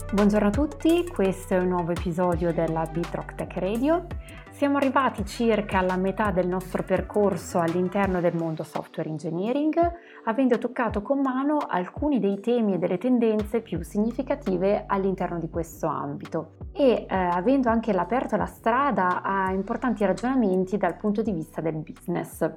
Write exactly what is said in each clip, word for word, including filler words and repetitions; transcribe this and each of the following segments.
Buongiorno a tutti, questo è un nuovo episodio della Bitrock Tech Radio. Siamo arrivati circa alla metà del nostro percorso all'interno del mondo software engineering, avendo toccato con mano alcuni dei temi e delle tendenze più significative all'interno di questo ambito e eh, avendo anche aperto la strada a importanti ragionamenti dal punto di vista del business.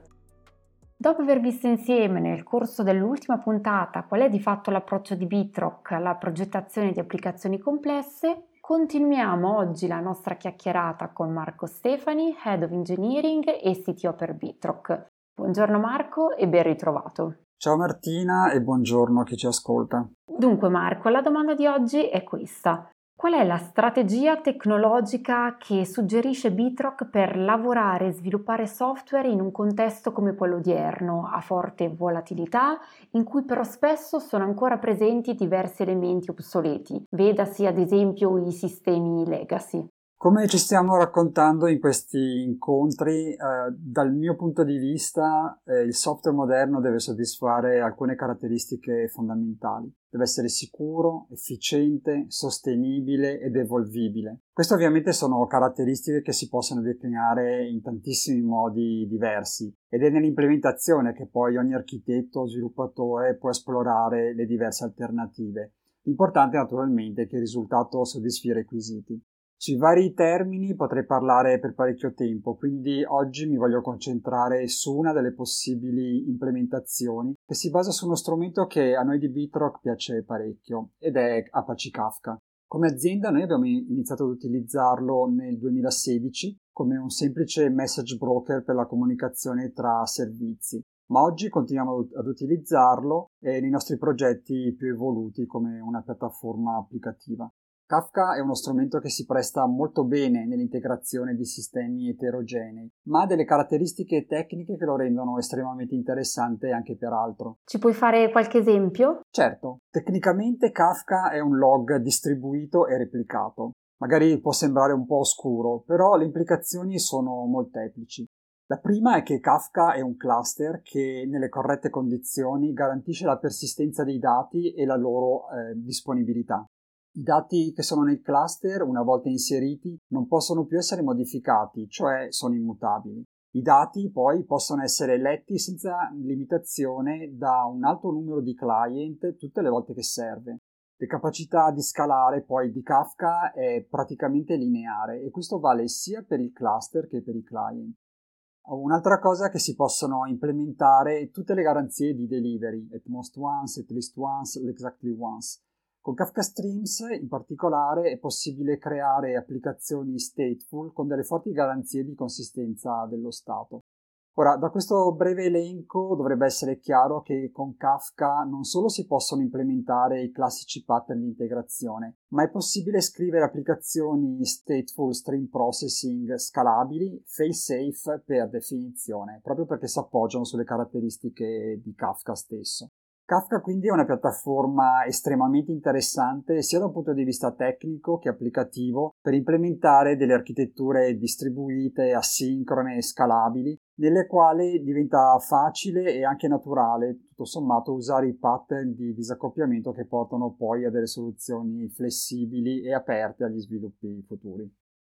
Dopo aver visto insieme nel corso dell'ultima puntata qual è di fatto l'approccio di Bitrock alla progettazione di applicazioni complesse, continuiamo oggi la nostra chiacchierata con Marco Stefani, Head of Engineering e C T O per Bitrock. Buongiorno Marco e ben ritrovato. Ciao Martina e buongiorno a chi ci ascolta. Dunque Marco, la domanda di oggi è questa. Qual è la strategia tecnologica che suggerisce Bitrock per lavorare e sviluppare software in un contesto come quello odierno, a forte volatilità, in cui però spesso sono ancora presenti diversi elementi obsoleti, vedasi ad esempio i sistemi legacy? Come ci stiamo raccontando in questi incontri, eh, dal mio punto di vista eh, il software moderno deve soddisfare alcune caratteristiche fondamentali. Deve essere sicuro, efficiente, sostenibile ed evolvibile. Queste ovviamente sono caratteristiche che si possono declinare in tantissimi modi diversi ed è nell'implementazione che poi ogni architetto o sviluppatore può esplorare le diverse alternative. L'importante naturalmente è che il risultato soddisfi i requisiti. Sui vari termini potrei parlare per parecchio tempo, quindi oggi mi voglio concentrare su una delle possibili implementazioni che si basa su uno strumento che a noi di Bitrock piace parecchio ed è Apache Kafka. Come azienda noi abbiamo iniziato ad utilizzarlo nel duemilasedici come un semplice message broker per la comunicazione tra servizi, ma oggi continuiamo ad utilizzarlo nei nostri progetti più evoluti come una piattaforma applicativa. Kafka è uno strumento che si presta molto bene nell'integrazione di sistemi eterogenei, ma ha delle caratteristiche tecniche che lo rendono estremamente interessante anche per altro. Ci puoi fare qualche esempio? Certo, tecnicamente Kafka è un log distribuito e replicato. Magari può sembrare un po' oscuro, però le implicazioni sono molteplici. La prima è che Kafka è un cluster che nelle corrette condizioni garantisce la persistenza dei dati e la loro eh, disponibilità. I dati che sono nel cluster, una volta inseriti, non possono più essere modificati, cioè sono immutabili. I dati poi possono essere letti senza limitazione da un alto numero di client tutte le volte che serve. La capacità di scalare poi di Kafka è praticamente lineare e questo vale sia per il cluster che per i client. Un'altra cosa è che si possono implementare tutte le garanzie di delivery, at most once, at least once, exactly once. Con Kafka Streams in particolare è possibile creare applicazioni stateful con delle forti garanzie di consistenza dello stato. Ora, da questo breve elenco dovrebbe essere chiaro che con Kafka non solo si possono implementare i classici pattern di integrazione, ma è possibile scrivere applicazioni stateful stream processing scalabili, fail-safe per definizione, proprio perché si appoggiano sulle caratteristiche di Kafka stesso. Kafka quindi è una piattaforma estremamente interessante sia da un punto di vista tecnico che applicativo per implementare delle architetture distribuite, asincrone e scalabili, nelle quali diventa facile e anche naturale, tutto sommato, usare i pattern di disaccoppiamento che portano poi a delle soluzioni flessibili e aperte agli sviluppi futuri.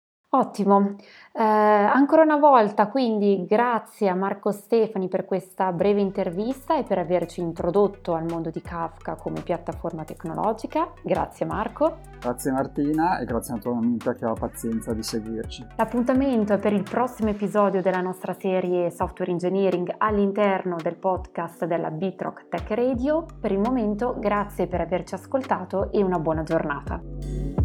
Ottimo, eh, ancora una volta quindi grazie a Marco Stefani per questa breve intervista e per averci introdotto al mondo di Kafka come piattaforma tecnologica. Grazie Marco. Grazie Martina e grazie naturalmente a chi ha la pazienza di seguirci. L'appuntamento è per il prossimo episodio della nostra serie Software Engineering all'interno del podcast della Bitrock Tech Radio. Per il momento grazie per averci ascoltato e una buona giornata.